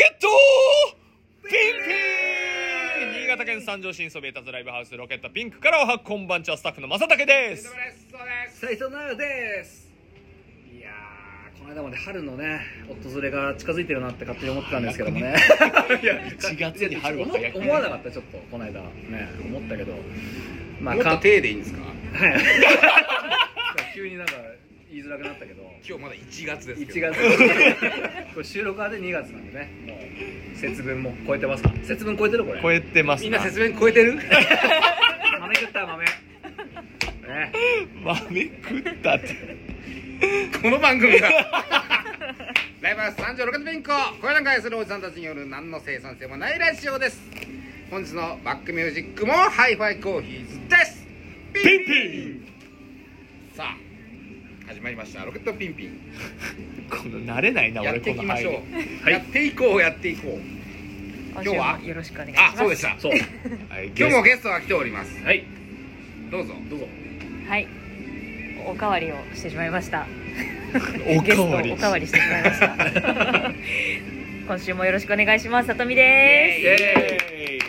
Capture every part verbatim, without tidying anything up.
ットピンピン。新潟県三条新そびえたずライブハウスロケットピンクからおはこんばんちは、スタッフの正竹です。 斉藤奈良です。いやー、この間まで春のね訪れが近づいてるなって勝手に思ってたんですけどもねいやいちがつに春は早く思わなかった。ちょっとこの間ね思ったけど、まあもっと手でいいんですか？ はい急になんか言いづらくなったけど、 今日まだいちがつですけど、 いちがつこれ収録はでにがつなんでね、もう節分も超えてますか？節分超えてるこれ？ 超えてます。 みんな節分超えてる？ 豆食った豆ね豆食ったってこの番組がライブハウス三条ロケットピンクを声なんかするおじさんたちによる何の生産性もないラジオです。本日のバックミュージックもハイファイコーヒーズです。 ピンピン。 さあ始まりましたロケットピンピン。 この慣れないなやっ俺このていきましょう、 はい、 やっていこうやっていこう。今日はよろしくお願いします。 あ、そうでした。 そうはい、 今日もゲストが来ております。 はい、 どうぞどうぞ。 はい、おかわりをしてしまいました。 おゲストかわりおかわりしてしまいました今週もよろしくお願いします。さとみです。 イエーイイエーイ。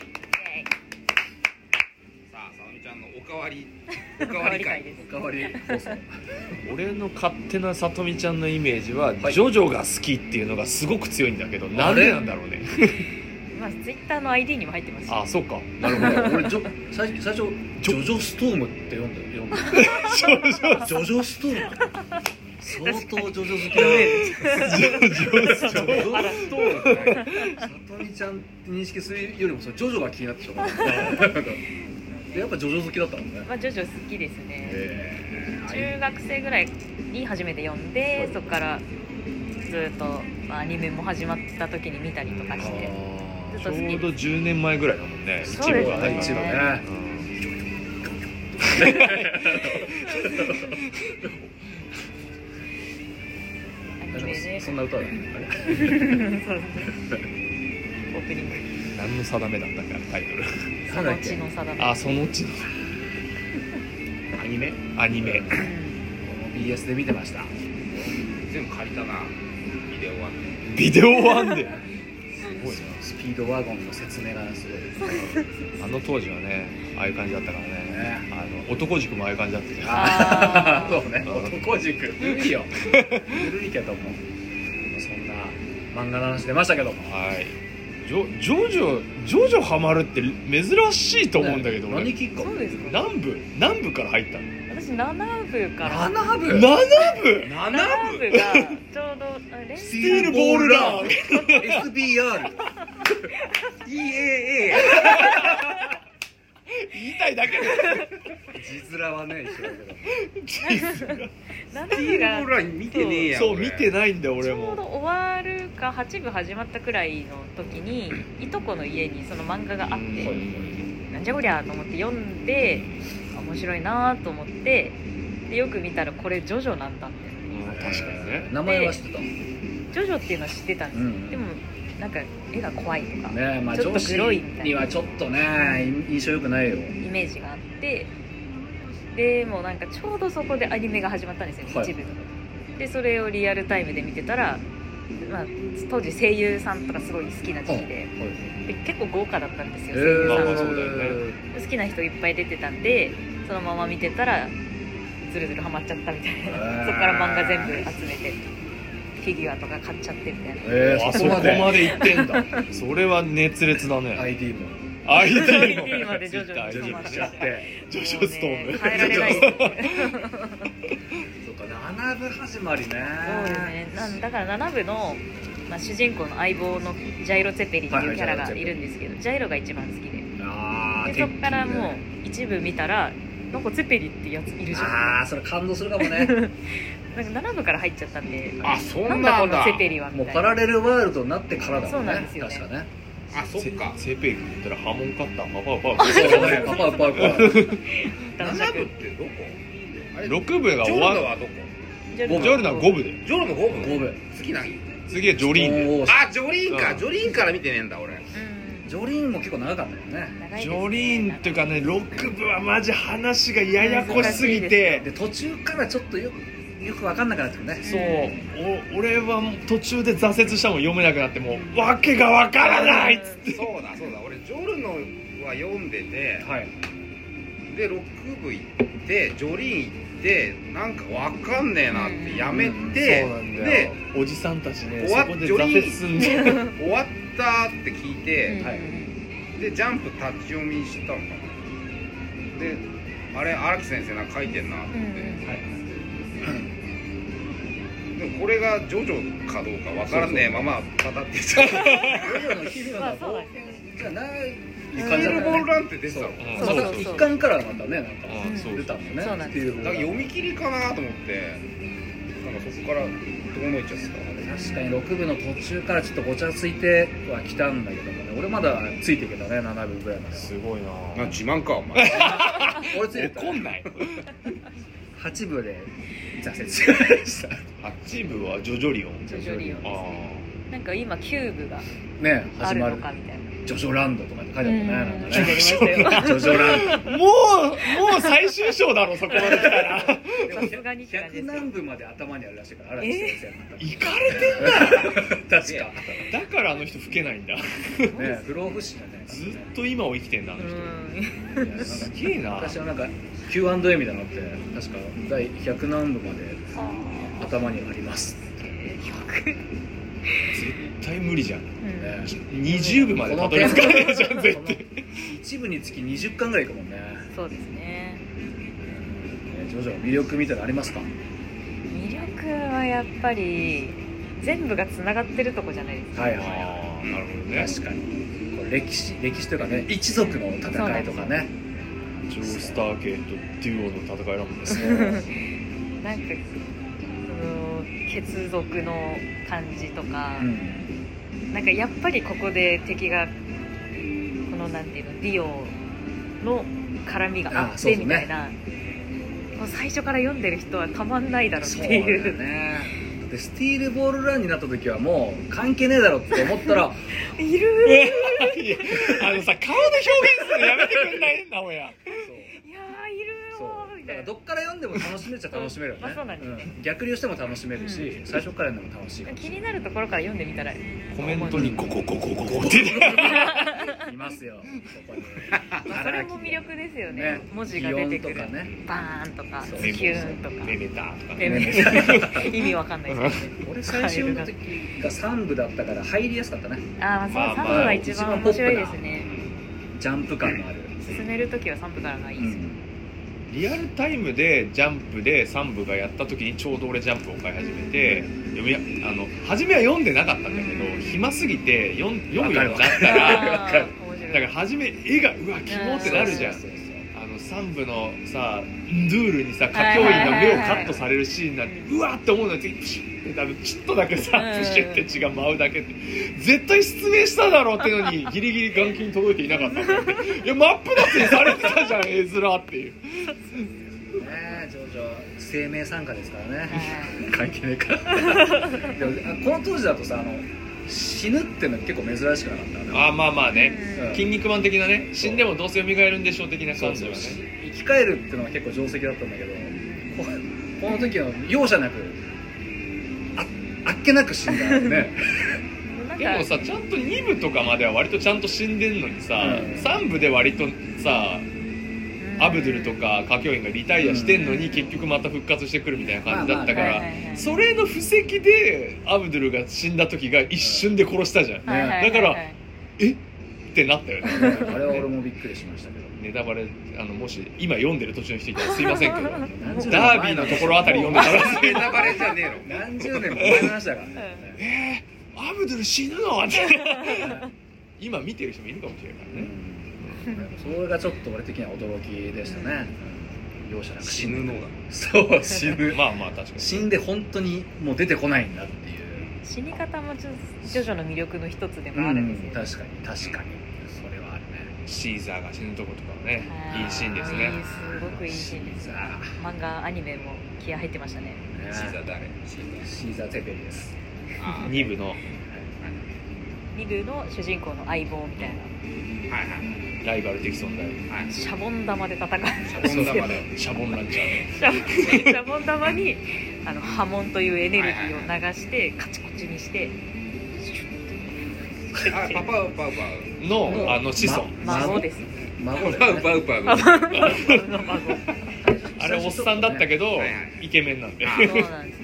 さあ、さとみちゃんのおかわりおかわり会です。 おかわり放送俺の勝手なさとみちゃんのイメージは、 はい、 ジョジョが好きっていうのがすごく強いんだけど、なんでなんだろうねまあツイッターの アイディー にも入ってますし。 あ、そうか。 なるほど。俺ジョ最最初ジョジョストームって読んで読んでジョジョジョジョストーム相当ジョジョ好きだね。 ジョジョストーム。 さとみちゃんって認識するよりもそのジョジョが気になってしょうがないでやっぱジョジョ好きだったもんね。 まあジョジョ好きですね。 えー、 中学生ぐらいに初めて読んで、そこからずっと、まあ、アニメも始まった時に見たりとかしてずっと好きです。 ちょうどじゅうねんまえぐらいだもんね。 そうですね。 一部がね。 一部ね。 アニメね。 そんな歌だね。 そうですね。オープニング。 何の定めだったっけタイトル。 その血の定め。 あ、そのうちのアニメ？ アニメ。 この ビーエス で見てました。 全部借りたな、ビデオは。 ビデオワンで。 すごいな。スピードワゴンの説明がすごい。 あの当時はね、ああいう感じだったからね。 ね、 あの男塾もああいう感じだったじゃん。 あそうね。男塾。いいよ。古いけども。そんな漫画の話出ましたけども。 はい。ジョジョジョジョジョハマるって珍しいと思うんだけど、 ね、 俺何きっかけ？ そうですか。 南部南部から入ったの。 私なな部からなな部なな部なな部がちょうどあれスティールボールランエスビーアール イーエーエー言いたいだけで字面はね一緒だけどななスティールボールラン見てねえやん。 そう見てないんだよ俺ちょうども。 終わるかはち部始まったくらいの時にいとこの家にその漫画があってなんじゃこりゃと思って読んで面白いなと思ってでよく見たらこれジョジョなんだって。 確かにね。 名前は知ってたの？ ジョジョっていうのは知ってたんですよ、うん、でもなんか絵が怖いとか、 ね、まあ、 ちょっとグロいみたいなにはちょっとね印象良くないよイメージがあって、でもうなんかちょうどそこでアニメが始まったんですよ、はい、一部でそれをリアルタイムで見てたら、まあ、当時声優さんとかすごい好きな時期で、はい、で結構豪華だったんですよ、声優さん、 まあそうだよね、 好きな人いっぱい出てたんでそのまま見てたらずるずるハマっちゃったみたいなそこから漫画全部集めてフィギュアとか買っちゃってみたいな、 えー、あそこまでまで行ってんだそれは熱烈だね。 アイディー もアイディー もアイディー までジョジョに染まっちゃってジョジョストーム変えられないですねそうかなな部始まりね。 そうですね。なんだからなな部の、まあ、主人公の相棒のジャイロ・ツェペリっていうキャラがいるんですけど、ジャイロが一番好きで、 あでそこからもう一部見たらなんかツェペリってやついるじゃん。 ああそれ感動するかもねなんかなな部から入っちゃったんで、 あ、そんなんだだこのツェペリはみもうたいな。 パラレルワールドになってからだもんね。 そうなんですよね。 確かね。 あ、そっか。 セーペールって言ったらハモンカッターパパパパそうだね。パパパパなな部ってどこ？あれろく部がジョ終わる。 ルノはどこ？ ジョルノはご部で。 ジョルノご部。 ご部。 次何？ 次はジョリーンで。 あ、ジョリーンか。ジョリーンから見てねえんだ俺。 ジョリーンも結構長かったよね。 ジョリーンっていうかね、ろく部はマジ話がややこしすぎて、 で途中からちょっとよよく分かんなくなってくるね。 そうお俺は途中で挫折したもん読めなくなってもう訳が分からないっつってそうだそうだ俺ジョルノは読んでて、 はい、 でろく部行ってジョリーン行ってなんか分かんねえなってやめて、 そうなんだよでおじさんたちね終わっそこで挫折すんで終わったって聞いて、 うんはいでジャンプ立ち読みしたのかな。であれ荒木先生なんか書いてんなと思って、 うんうんはいでもこれがジョジョかどうか分からねえまま語ってちゃう。 ジョジョの日々の冒険じゃないス感じだったね。 ティールボールランって出てたのうんそうそうそう一巻からまたねなんかうんそう出たんだね。 そうなんですスティールボールランだから読み切りかなと思ってなんかそこから遠のいちゃってた。 確かにろく部の途中からちょっとごちゃついてはきたんだけどもね、俺まだついていけたね、なな部ぐらいまで。 すごいなな自慢かお前。 俺ついてた怒んないはち部で挫折しましたはち部はジョジョリオンジョジョリオンあなんか今キューブがね、 ある始まるのかみたいなジョジョランドとかって書いてあったね、なんかね書いてありましたよジョジョランドあもうもう最終章だろそこまで来たらさすがにって感じひゃくですよ何部まで頭にあるらしいから、荒木先生行かれてん確かだからあの人老けないんだね、不老不死じゃないかずっと今を生きてんだあの人うんいやなんかすげえな昔はなんか キューアンドエー みたいなのって確か第ひゃく何部まで頭にあります絶対無理じゃんねにじゅう部までたどり着かねえじゃん絶対一部につきにじゅっかんぐらいいくもんね。 そうですねねジョジョ魅力みたいなのありますか？ 魅力はやっぱり全部がつながってるとこじゃないですか、 はいはいはあーなるほどねい確かにこれ歴史歴史というかね一族の戦いとかねジョースター系とデュオの戦いだもんねそうなんかその血族の感じとか、 うんなんかやっぱりここで敵がこのなんていうのディオの絡みがあっあそうそうねてみたいな、もう最初から読んでる人はたまんないだろうってそうだよいうね。でスティールボールランになった時はもう関係ねえだろって思ったらいるいやあのさ顔で表現するのやめてくんないなおやそういやーいるそうよーみたいなだからどっから読んでも楽しめちゃ楽しめるよね、 まあそうなんですねん逆流しても楽しめるし、 う最初から読んでも楽しいかもし気れになるところから読んでみたらコメントにゴゴゴゴゴゴってないいますよここにまあそれも魅力ですよねね文字が出てくる、 擬音とかねバーンとかそうキューンとかメメタとかメねメ意味わかんないですけどね俺最初読んだ時がさん部だったから入りやすかったね。 ああそうまあまあサンプが一番面白いですねジャンプ感のある、 進めるときはサンプからがいいですよ、 リアルタイムでジャンプでさん部がやった時にちょうど俺ジャンプを買い始めて読みあの初めは読んでなかったんだけど、 うん暇すぎて読ん読むようになったわらかる面白いだから初め絵がうわキモってなるじゃんそうそうそうあのさん部のさンドゥールにさ歌教員が目をカットされるシーンなんてうわって思うのに次プシュッて多分ちょっとだけさうんプシュッて血が舞うだけって絶対失明しただろうってのにギリギリ眼球に届いていなかったんだっていや真っ二つにされてたじゃん絵面っていうねジョジョ生命参加ですからねは関係ねえからでもあこの当時だとさあの死ぬってのは結構珍しくなかったあーまあまあねうん筋肉マン的なね死んでもどうせ蘇るんでしょう的なそうそう感じはね生き返るっていうのが結構定石だったんだけどここの時は容赦なくああっけなく死んだよねなんでもかさちゃんとに部とかまでは割とちゃんと死んでんのにさ、 うんさん部で割とさアブドゥルとか歌教員がリタイアしてんのに結局また復活してくるみたいな感じだったからまあまあはいはいはいそれの布石でアブドゥルが死んだ時が一瞬で殺したじゃん、 はいはいはいはいだからえってなったよねあれは俺もびっくりしましたけどネタバレあのもし今読んでる途中の人いたらすいませんけど何十年もダ前ービーのところあたり読んでたらネタバレじゃねえの何十年も前の話だからえー、アブドゥル死ぬのって今見てる人もいるかもしれないからね、 それがちょっと俺的には驚きでしたね、うん、容赦なく死ぬのがそう死ぬまあまあ確かに死んで本当にもう出てこないんだっていう死に方もちょジョジョの魅力の一つでもあるんですよ、 確かに確かにそれはあるねシーザーが死ぬとことかねはいいいシーンですねいいすごくいいシーンですシーザ漫画アニメも気合入ってましたねーねシーザー誰シーシーザーテペリですザーに部のに部の主人公の相棒みたいなはいはいライバル的存在。 はい、 シャボン玉で戦う。 シャボン玉でシャボンランチャーシャボンシャボン玉にあの波紋というエネルギーを流してカチコチにしてあパパウパウパウのあの子孫、 ま、孫です。 パ孫だよねウパウパウの孫。 あれおっさんだったけど、 はいはいイケメンなんで。 あそうなんですよ。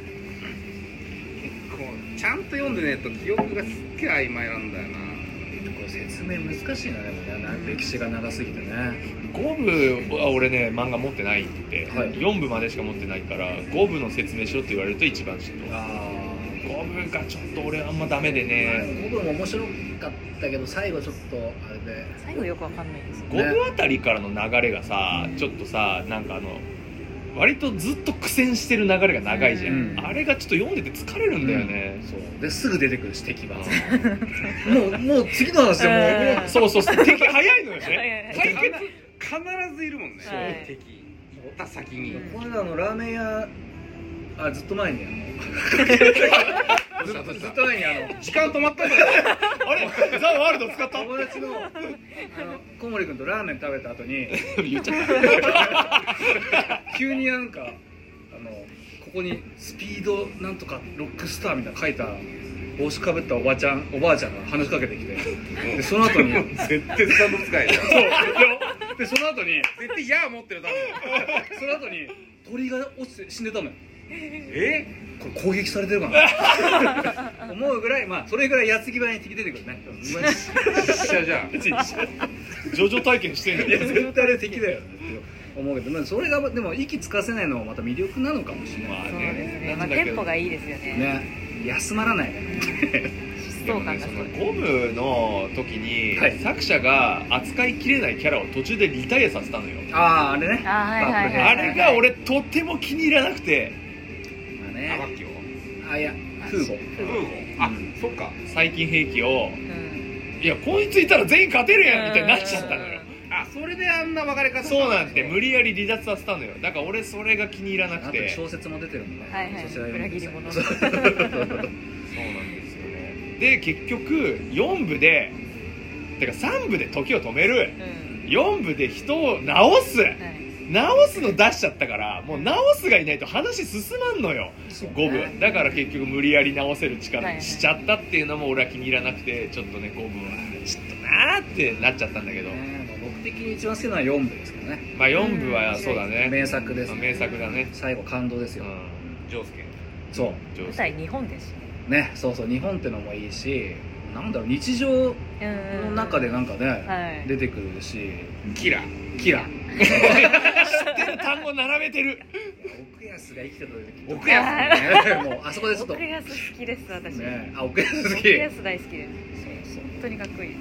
こうちゃんと読んでねえと記憶がすっげえ曖昧なんだよな。 これ説明難しいなでもね、歴史が長すぎてね。 ご部は俺ね漫画持ってないって、 はい、 よん部までしか持ってないからご部の説明しろって言われると一番知ってる。 あご部がちょっと俺あんまダメでね。 僕も面白かったけど最後ちょっとあれで最後よくわかんないですよ。 ご部あたりからの流れがさ、ちょっとさなんかあの割とずっと苦戦してる流れが長いじゃん、 うん、 あれがちょっと読んでて疲れるんだよね、 うん、そうですぐ出てくるし敵がもうもう次の話でもう、 もうそうそうそう敵早いのよはいはいねはい解決必ずいるもんね、 はい敵行った先に、 この間のラーメン屋あずっと前にあのどうしたどうしずったと前にあの時間止まったじゃんあれザ・ワールド使った友達のあの小森君とラーメン食べた後に言っちゃった急になんかあのここにスピードなんとかロックスターみたいな書いた帽子かぶったおばちゃんおばあちゃんが話しかけてきてでその後に絶対スタンド使いだよでその後に絶対矢持ってる多分その後に鳥が落ちて死んでたのよ。 えこれ攻撃されてるかな思うぐらい、まあそれぐらい矢継ぎ早に敵出てくるね。 実写じゃんジョジョ体験してんのいや絶対あれ敵だよって思うけど、まあ、それがでも息つかせないのもまた魅力なのかもしれない、 まあそうですね。まあなんだけどテンポがいいですよね。 ね、休まらないね疾走感がすそのごい。 ゴムの時に、 はい作者が扱いきれないキャラを途中でリタイアさせたのよ、 あああれね、 あーはいはいはいあれが俺とっても気に入らなくて、 まあね、 アバッキオあいや空母フーゴあそっか最近兵器をうんいやこいついたら全員勝てるやんみたいになっちゃったのよ。 あそれであんな別れ方そうなんて無理理やり離脱させたのよ。だから俺それが気に入らなあとくて。 小説も出てるもんね。 はいはいそちら読んで裏切り者そうそうなんですよね。で結局よん部でてかさん部で時を止める、 うんよん部で人を直すはい直すの出しちゃったからもう直すがいないと話進まんのよ、 そうねご部だから結局無理やり直せる力はいはいにしちゃったっていうのも俺は気に入らなくてちょっとねご部はちょっとなーってなっちゃったんだけど、 ねまあ僕的に一番好きなのはよん部ですけどね。 まあよん部はそうだね、 名作です、ね、 名作だね、 最後感動ですよ、 うん、 ジョースケそう上手舞台日本ですしね、そうそう日本ってのもいいし、なんだろう日常ね。 の中でなんかね、 はい出てくるし、 キラキラ知ってる単語並べてる奥安が生きてた時奥安ねもうあそこでちょっと奥安好きです私。 ね、あ奥安好き奥安大好きです。 そう本当にかっこいい。 ね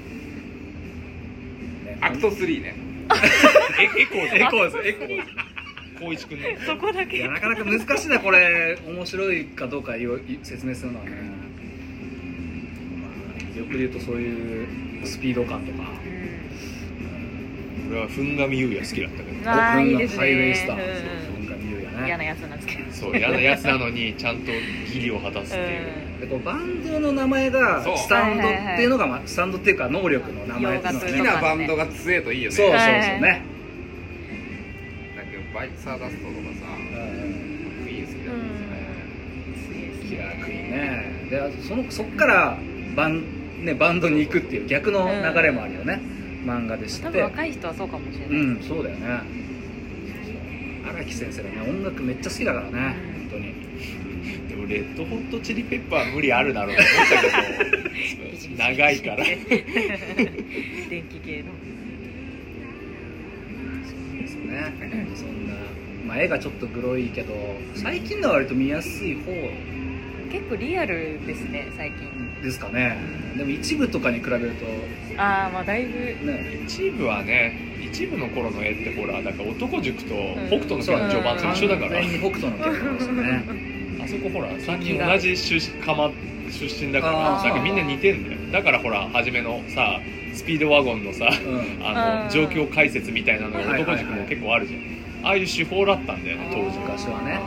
アクトスリーねえエコーズエコーズエコーズ光一くんのそこだけ。 いやなかなか難しいなこれ面白いかどうか言う説明するのはね、まあ、魅力で言うとそういうスピード感とかうん俺は墳上優也好きだったけどああいいですね。 ハイウェイスター、 うんそう文化見るやね嫌なやつなんですけど。 そう嫌なやつなのにちゃんと義理を果たすっていう、 でこうバンドの名前がそうスタンドっていうのが、まあ、スタンドっていうか能力の名前っていうのが好きなバンドが強えといいよねそうそうそうはいね、 だけどバイサーダストとかさうんクイーン好きだったんですねキラークイーンねでそのそっからバン、ね、バンドに行くっていう逆の流れもあるよね、漫画で知って多分若い人はそうかもしれない。 うんそうだよね荒木先生がね音楽めっちゃ好きだからね本当にでもレッドホットチリペッパーは無理あるだろうと思ったけど長いから電気系の。 そうですねそんな、まあ、絵がちょっとグロいけど最近のは割と見やすい方結構リアルですね最近。 ですかねでも一部とかに比べるとああまあだいぶ。 ね一部はね一部の頃の絵ってほらだから男塾と北斗のそう拳の序盤と一緒だから、 完全に北斗の拳なんですよねあそこほらさんにん同じ出身かま出身だからあーだからみんな似てんだよだからほら初めのさスピードワゴンのさうんあのあー状況解説みたいなのが男塾も結構あるじゃん、ああいう手法だったんだよね当時昔はね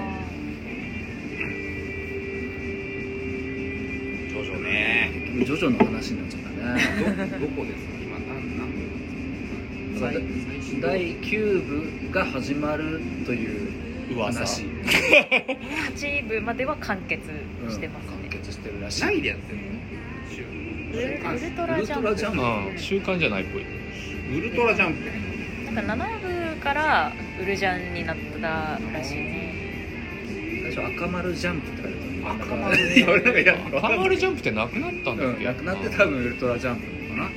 ジョジョね結局ジョジョの話になっちゃったねどどこですか今何何そうだだいきゅうぶが始まるという噂話、 はちぶまでは完結してますね、 完結してるらしい。 何でやってんの？ ウルウルトウラジャンプルトラジャンプ、 うん習慣じゃないっぽい。 ウルトラジャンプ。 なんかななぶからウルジャンになったらしいね。 最初赤丸ジャンプって書いてある。 赤丸いや俺なんかいや赤丸ジャンプってなくなったんだっけ？ うん、なくなって多分ウルトラジャンプなのかな。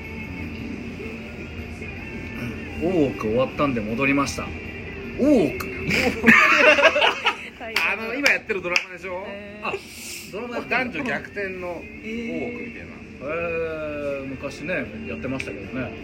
大奥終わったんで戻りました。大奥あの今やってるドラマでしょ？ えあ、ドラマやって男女逆転の大奥みたいな。 えー、昔ねやってましたけどね。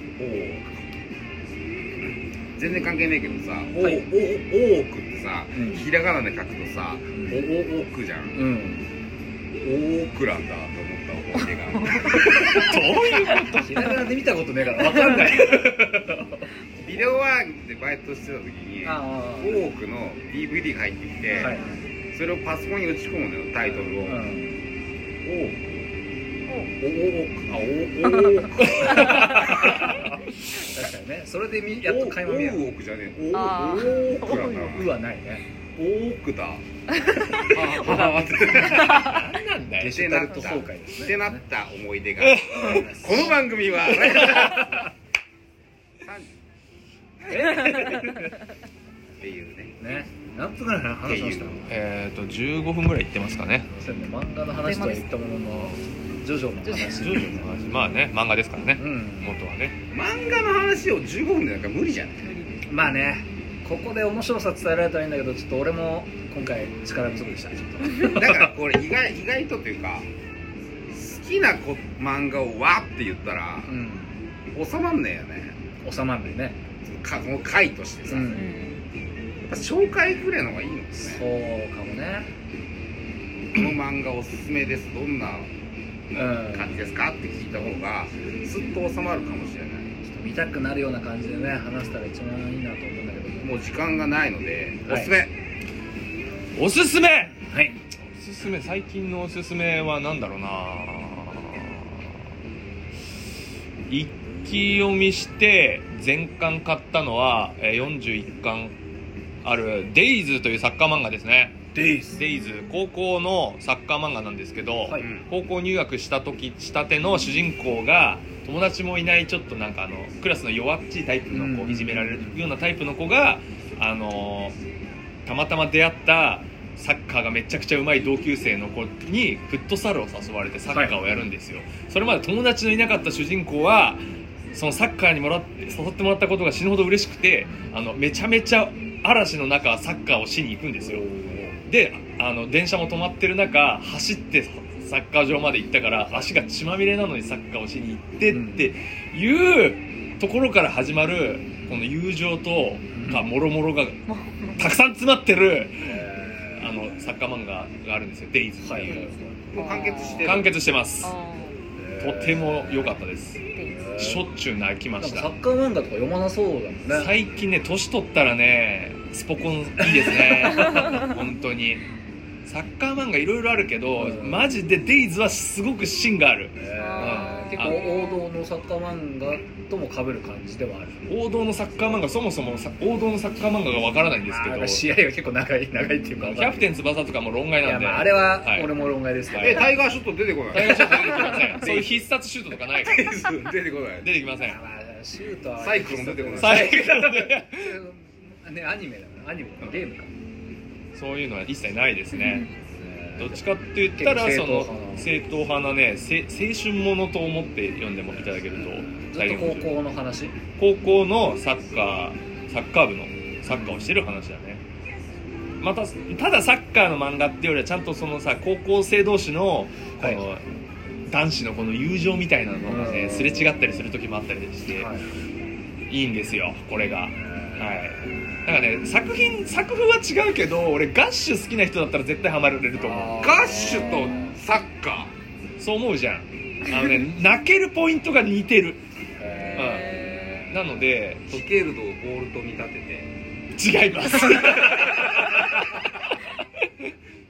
全然関係ないけどさ、おおはい大奥ってさ、 うんひらがなで書くとさ、おお奥じゃん。 うん。 大奥なんだと思った思い出が。 どういうこひらがなで見たことねえからわかんない。 ビデオワークでバイトしてた時に、 あ大奥の ディーブイディー が入ってきて、 はい。 それをパソコンに打ち込むのよ、タイトルを。 うん。 大奥。おおあおお確かにね。それでみやっと垣間見える。 大奥じゃねえ。 あ大ー奥なんだ。 うはないね。 大奥だ。ああってなんだよ。 ゲシュタルト崩壊ですね。 ってなった思い出が。この番組はっていうね。 ね。何分ぐらい話しましたの？ えっとじゅうごふんぐらいいってますかね。 そうね、漫画の話とは言ったもののジョジョの話。 ジョジョの話、まあね漫画ですからね。 うん。 元はね。 漫画の話をじゅうごふんでなんか無理じゃん。 まあね、ここで面白さ伝えられたらいいんだけど、ちょっと俺も今回力不足でした。ちょっと。 だからこれ意外意外とというか、好きなこ漫画をわって言ったらうん。 収まんねえよね。 収まんないね。 かこの回としてさ、 うんやっぱ紹介くらいの方がいいのですそうね。 かもね。 この漫画おすすめです。どんなうん。 感じですかって聞いた方がすっと収まるかもしれない。 ちょっと見たくなるような感じでね、話したら一番いいなと思うんだけど。 もう時間がないのでおはいすすめ。 おすすめ。 はい。 おすすめ、最近のおすすめはなんだろうな。一気読みして全巻買ったのはえーよんじゅういっかんあるデイズというサッカー漫画ですね。 デイズ。 デイズ高校のサッカー漫画なんですけど、 はい高校入学した時したての主人公が友達もいないちょっとなんかあのクラスの弱っちいタイプの子、 うんいじめられるようなタイプの子があのたまたま出会ったサッカーがめちゃくちゃうまい同級生の子にフットサルを誘われてサッカーをやるんですよ、はい、それまで友達のいなかった主人公はそのサッカーにもらって誘ってもらったことが死ぬほど嬉しくて、あのめちゃめちゃ嵐の中サッカーをしに行くんですよ。であの電車も止まってる中走ってサッカー場まで行ったから足が血まみれなのにサッカーをしに行ってっていうところから始まるこの友情とかもろもろがたくさん詰まってるあのサッカー漫画があるんですよ。デイズっていう、 もう完結してる。 完結してます。 あとても良かったです。 ーしょっちゅう泣きましたなんかサ。ッカー漫画とか読まなそうだもんね。 最近ね年取ったらねスポコンいいですね本当に。サッカー漫画いろいろあるけど、 うんマジでデイズはすごく芯がある。 あー結構王道のサッカー漫画とも被る感じではある。 王道のサッカー漫画、そもそもさ王道のサッカー漫画がわからないんですけど、 あー試合が結構長い長いっていうか。 キャプテン翼とかも論外いやなんで、 まああれははい俺も論外ですけど。 えタイガーショット出てこない。 大学シュート出てきません。そういう必殺シュートとかないから出てこない。 出てきません。 まあシュートはサイクロン出てこない最後でねアニメだからアニメゲームか。 そういうのは一切ないですね。どっちかって言ったら結その構正統派なねせ青春ものと思って読んでもいただけるとずっと高校の話。 高校のサッカーサッカー部のサッカーをしてる話だね。またただサッカーの漫画っていうよりはちゃんとそのさ高校生同士のこの、 は男子のこの友情みたいなのがねうんすれ違ったりする時もあったりして、 はいいいんですよこれが。はいだからね作品作風は違うけど俺ガッシュ好きな人だったら絶対ハマれると思う。 ガッシュとサッカそう思うじゃん。あのね泣けるポイントが似てる。 へうんなのでー。ヒケルドをボールと見立てて。 違います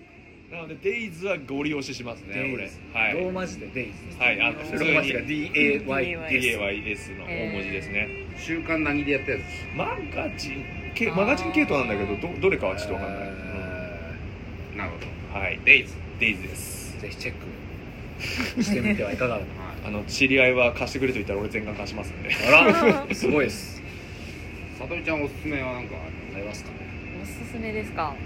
なのでデイズはゴリ押ししますね俺。はい。 ローマ字でデイズです。 はい、あのローマ字が ディーエーワイディーエーワイエス の大文字ですね。 週刊何でやったやつ。 マガジン系マガジン系統なんだけど ど, どれかはちょっと分かんない。うん、 なるほど。 はい、デイズデイズです。 ぜひチェックしてみてはいかがだろう。 あの知り合いは貸してくれと言ったら俺全額貸しますんで。 あらすごいです。 さとみちゃんおすすめは何かありますかね。 おすすめですか。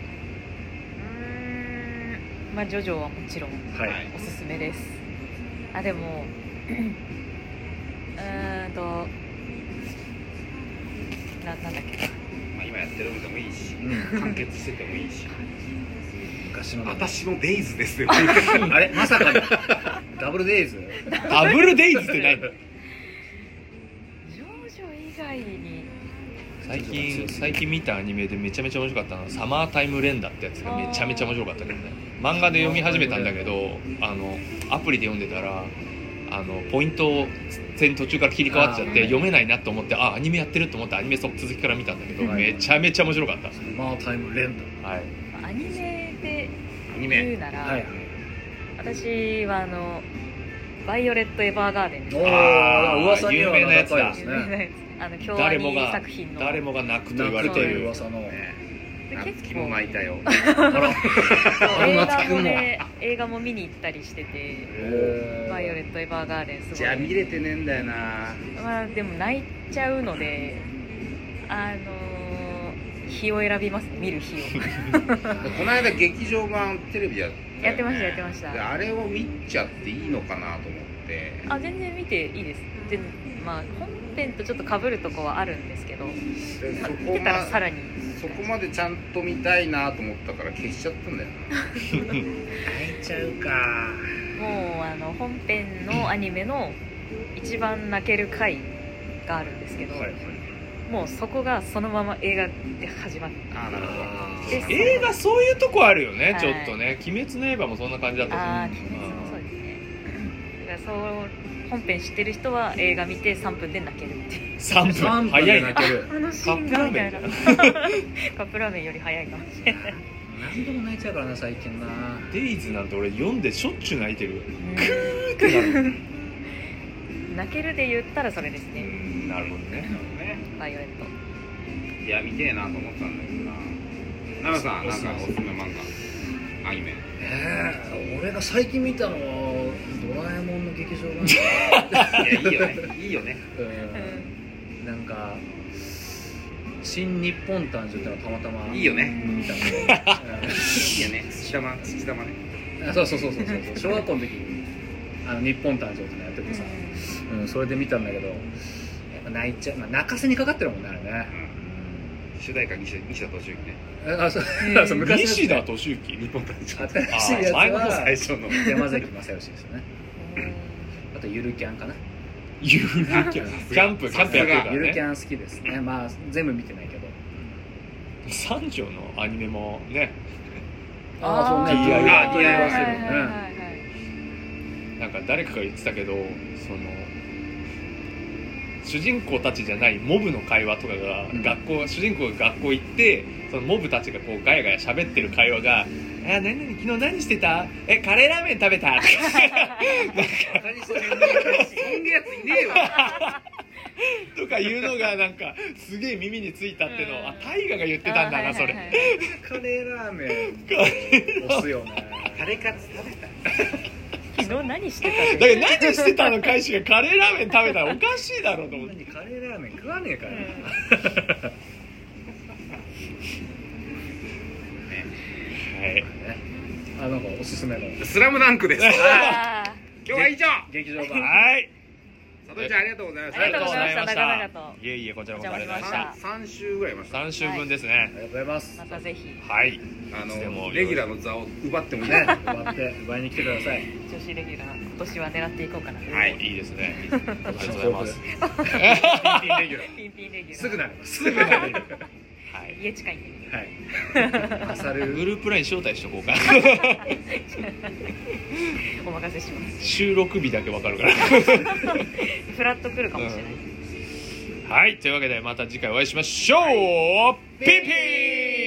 うーんまあジョジョはもちろんはい。 おすすめです。あでもうーんとななんだっけ。 まあ今やってるのでもいいし、 うん完結しててもいいし。 昔の私のデイズですよ。 あれまさかのダブルデイズ。 ダブルデイズって何？ ジョジョ以外に最近最近見たアニメでめちゃめちゃ面白かったのはサマータイム連打ってやつがめちゃめちゃ面白かったけどね。漫画で読み始めたんだけど、あのアプリで読んでたらあのポイントを途中から切り替わっちゃって読めないなと思って、あアニメやってると思ってアニメそ続きから見たんだけど、 はいめちゃめちゃ面白かった。 サマータイム連打。 はい。 アニメでアニメ言うなら、 はいはい。 私はあのバイオレット・エヴァーガーデンおあーー噂には有名なやつだ名高いです有名なね。 やつあの京アニ誰もが作品の誰もが泣くと言われてい泣くというる。 噂の。 ね。 で夏希結構も泣いたよ。 あら。 そう映画夏希ももね映画も見に行ったりしててへーバイオレット・エヴァーガーデンすごいじゃあ見れてねえんだよな。 まあでも泣いちゃうのであのー、日を選びます見る日をこの間劇場版テレビやったよね。 やってましたやってましたであれを見ちゃっていいのかなと思って。 あ全然見ていいです全然まあ本編とちょっと被るとこはあるんですけどでそ見こてたらさらまにそこまでちゃんと見たいなと思ったから消しちゃったんだよな。 泣いちゃうか。 もうあの本編のアニメの一番泣ける回があるんですけど、 はいはい。 もうそこがそのまま映画で始まってああなるほど。 です映画そういうとこあるよね、 はいちょっとね。鬼滅の刃もそんな感じだったと思う。 ああ鬼滅もそうですねだからそう本編知ってる人は映画見てさんぷんで泣けるっていうさんぷん三分早いな。 で泣ける。 あのシーンがみたいなカップラーメンより早いかもしれない何でも泣いちゃうからな最近な。 デイズなんて俺読んでしょっちゅう泣いてる。 泣けるで言ったらそれですねなるほどね。 ね。 バイオレットいや見てえなと思ったんだけどな。奈良さんなんかおすすめ漫画アニメ。 えー、俺が最近見たのはドラえもんの劇場版いやいいよね。いいよね。 うんなんか新日本誕生ってのはたまたまいいよね見たので、 いいよね。土玉土玉ね。 うん、そうそうそうそうそう小学校の時にあの日本誕生ってのやっててさ、うん、それで見たんだけどやっぱ泣いちゃう、まあ、泣かせにかかってるもんねあれね、 うん。主題歌西田西田敏行ね。 あそうへーそう昔のやつ西田敏行。 日本誕生。 新しいやつあ前の方は最初の。 山崎正義ですよね。あとゆるキャンかな。 ゆるキャンキャンプキャンプやってるからゆるキね。 ャン好きですね。まあ全部見てないけど。 三条のアニメもね、 ああそうね。 ディーアイワイあ ディーアイワイ してるはいはいはいね。 はいなんか誰かが言ってたけど、その主人公たちじゃないモブの会話とかがうん学校、主人公が学校行ってそのモブたちがこうガヤガヤ喋ってる会話が「あ何々昨日何してた？えカレーラーメン食べた？」とか何それ。そんなやついねえわ。 とかいうのがなんかすげえ耳についたってのを、あタイガが言ってたんだなそれ。 カレーラーメン押すよね。 タレカツ食べた。 昨日何してただから何してたの返しがカレーラーメン食べたらおかしいだろうと思って。 何カレーラーメン食わねえから。 はいあなんかおすすめのスラムダンクです。 あ今日は以上。 劇場版。 はい佐藤ちゃんありがとうございましありがとうございましたありがとうございました長々といえいえこちらこそありがとうございた。 ましお邪魔しました三週ぐらいいました。 た。さん週分ですあね。 りがとうございます。 またぜひはい。 あいつでものレギュラーの座を奪ってもいいねね。 奪って奪いに来てください。 女子レギュラー今年は狙っていこうかなはいいいですね。ありがとうございます。 ピンピンレギュラー。 ピンピンレギュラーすぐなります。 すぐなれる。はい。 家近いんではい。あさるグループライン招待しとこうか。 お任せします収録日だけわかるから。 フラッと来るかもしれない、 はい。というわけでまた次回お会いしましょう。ピンピーン。